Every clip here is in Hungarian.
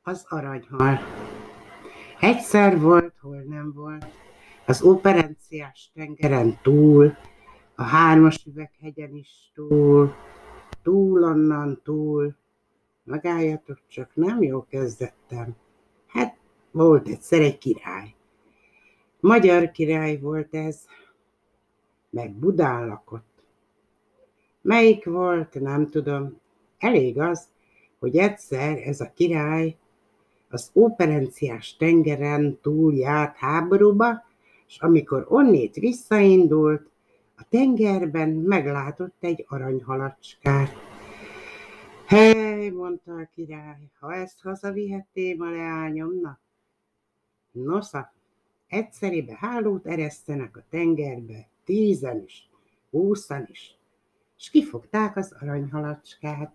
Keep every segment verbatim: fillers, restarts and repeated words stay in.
Az aranyhal. Egyszer volt, hol nem volt, az operenciás tengeren túl, a hármas üveghegyen is túl, túl onnan túl. Megálljatok csak, nem jó kezdettem. Hát volt egyszer egy király. Magyar király volt ez, meg Budán lakott. Melyik volt, nem tudom. Elég az, hogy egyszer ez a király az operenciás tengeren túl járt háborúba, és amikor onnét visszaindult, a tengerben meglátott egy aranyhalacskát. Hely, mondta a király, ha ezt hazavihetném a leányomnak. Nosza, egyszeribe hálót eresztenek a tengerbe, tízen is, húszan is, és kifogták az aranyhalacskát.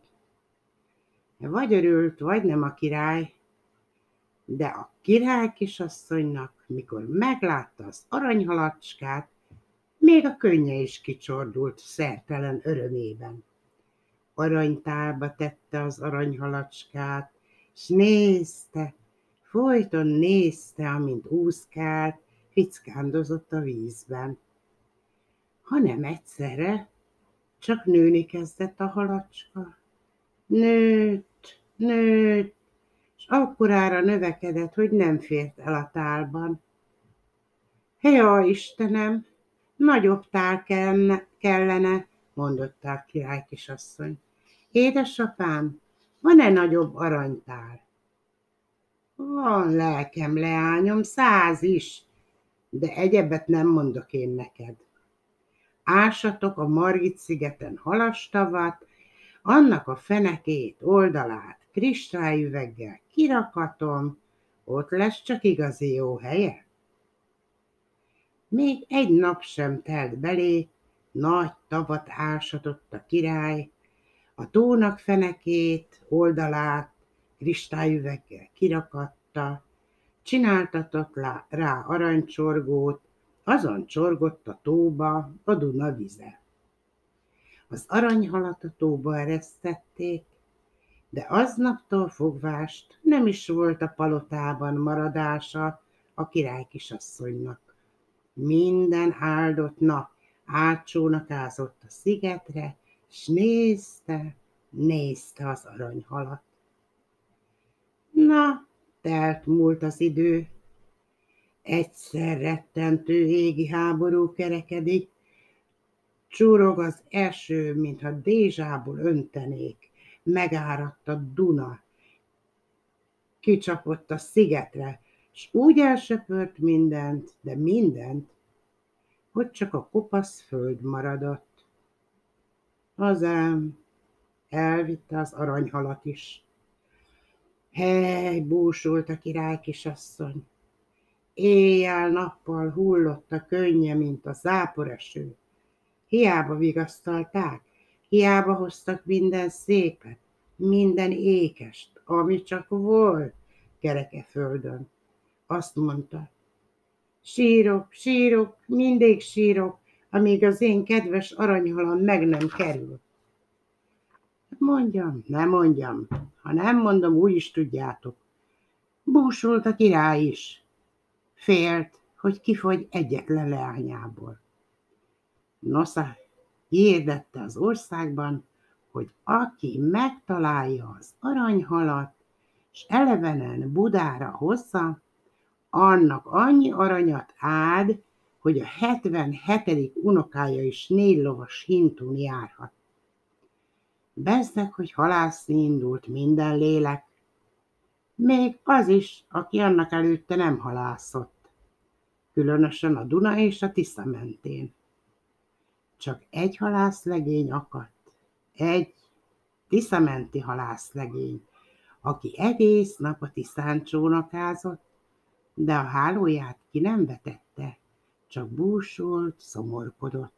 Vagy örült, vagy nem a király, de a király kisasszonynak, mikor meglátta az aranyhalacskát, még a könnye is kicsordult szertelen örömében. Aranytálba tette az aranyhalacskát, s nézte, folyton nézte, amint úszkált, fickándozott a vízben. Hanem egyszerre csak nőni kezdett a halacska. Nőtt, nőtt, és akkorára növekedett, hogy nem fért el a tálban. Jaj, Istenem, nagyobb tál kellene, mondotta a király kisasszony. Édesapám, van-e nagyobb aranytál? Van, lelkem, leányom, száz is, de egyebet nem mondok én neked. Ásatok a Margit-szigeten halastavat, annak a fenekét, oldalát kristályüveggel kirakatom, ott lesz csak igazi jó helye. Még egy nap sem telt belé, nagy tavat ásatott a király, a tónak fenekét, oldalát kristályüveggel kirakatta, csináltatott rá aranycsorgót, azon csorgott a tóba a Duna vize. Az aranyhalat a tóba eresztették, de aznaptól fogvást nem is volt a palotában maradása a király kisasszonynak. Minden áldott nap átcsónakázott a szigetre, s nézte, nézte az aranyhalat. Na, telt múlt az idő. Egyszer rettentő égi háború kerekedik, csurog az eső, mintha dézsából öntenék, megáradt a Duna, kicsapott a szigetre, s úgy elsöpört mindent, de mindent, hogy csak a kopasz föld maradott. Az ám elvitte az aranyhalat is. Hely, búsult a király kisasszony. Éjjel-nappal hullott a könnye, mint a záporeső. Hiába vigasztalták, hiába hoztak minden szépet, minden ékest, ami csak volt kereke földön. Azt mondta, sírok, sírok, mindig sírok, amíg az én kedves aranyhalam meg nem kerül. Mondjam, ne mondjam, ha nem mondom, úgy is tudjátok. Búsult a király is. Félt, hogy kifogy egyetlen leányából. Nosza, hirdette az országban, hogy aki megtalálja az aranyhalat, s elevenen Budára hozza, annak annyi aranyat áld, hogy a hetvenhetedik unokája is négy lovas hintón járhat. Bezzeg, hogy halászni indult minden lélek, még az is, aki annak előtte nem halászott, különösen a Duna és a Tisza mentén. Csak egy halászlegény akadt, egy tiszamenti halászlegény, aki egész nap a Tiszán csónakázott, de a hálóját ki nem vetette, csak búsult, szomorkodott.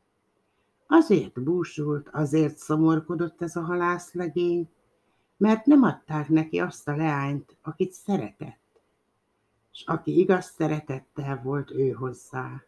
Azért búsult, azért szomorkodott ez a halászlegény, mert nem adták neki azt a leányt, akit szeretett, s aki igaz szeretettel volt ő hozzá.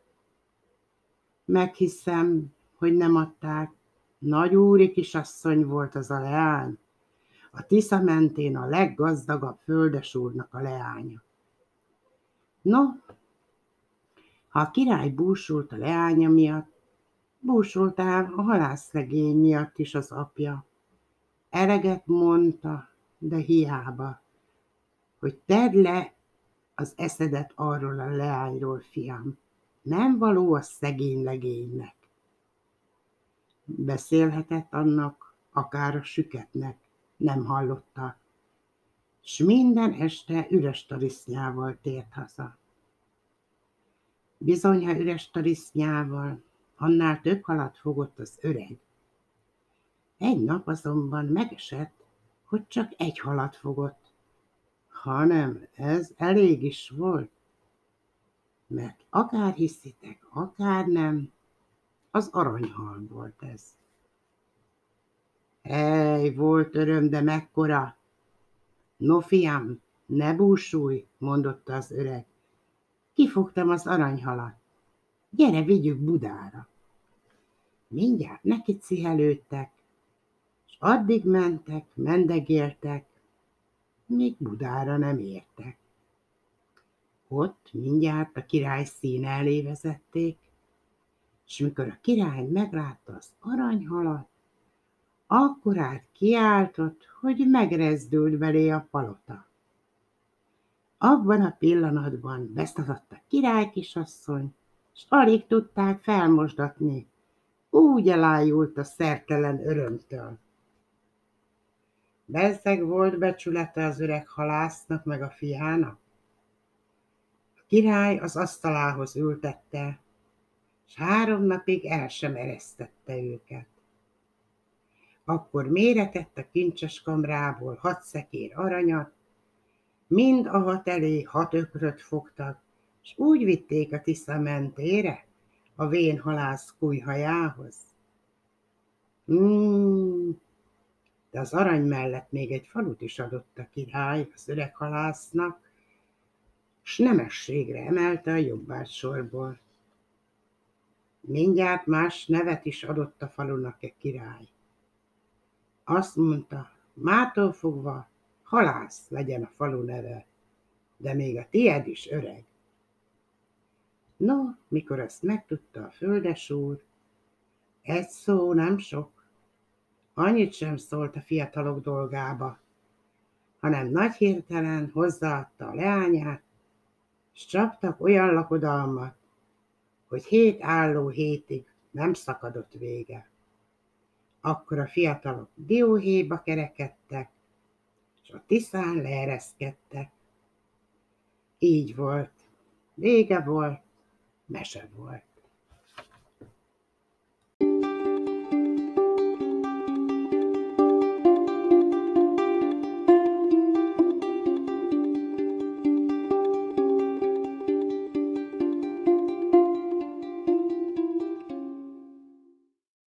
Meghiszem, hogy nem adták, nagyúri kisasszony volt az a leány, a Tisza mentén a leggazdagabb földesúrnak a leánya. No, ha a király búsult a leánya miatt, búsult ám a halászlegény miatt is az apja. Eleget mondta, de hiába, hogy tedd le az eszedet arról a leányról, fiam. Nem való a szegény legénynek. Beszélhetett annak, akár a süketnek, nem hallotta, s minden este üres tarisznyával tért haza. Bizony, ha üres tarisznyával, annál több halat fogott az öreg. Egy nap azonban megesett, hogy csak egy halat fogott, hanem ez elég is volt, mert akár hiszitek, akár nem, az aranyhal volt ez. Ej, volt öröm, de mekkora! No, fiam, ne búsulj, mondotta az öreg. Kifogtam az aranyhalat. Gyere, vigyük Budára. Mindjárt neki cihelődtek, és addig mentek, mendegéltek, még Budára nem értek. Ott mindjárt a király színe elé vezették, és mikor a király meglátta az aranyhalat, akkorát kiáltott, hogy megrezdült belé a palota. Abban a pillanatban beszakadt a király kisasszony, s alig tudták felmosdatni, úgy elájult a szertelen örömtől. Bezzeg volt becsülete az öreg halásznak meg a fiának. A király az asztalához ültette, s három napig el sem eresztette őket. Akkor méretett a kincses kamrából hat szekér aranyat, mind a hat elé hat ökröt fogtak, s úgy vitték a Tisza mentére, a vén halász kújhajához. Hmm, de az arany mellett még egy falut is adott a király az öreg halásznak, s nemességre emelte a jobbágysorból. Mindjárt más nevet is adott a falunak a király. Azt mondta, mától fogva halász legyen a falu neve, de még a tied is öreg. No, mikor ezt megtudta a földesúr, egy szó nem sok, annyit sem szólt a fiatalok dolgába, hanem nagy hirtelen hozzáadta a leányát, s csaptak olyan lakodalmat, hogy hét álló hétig nem szakadott vége. Akkor a fiatalok dióhéjba kerekedtek, és a Tiszán leereszkedtek. Így volt, vége volt, mese volt.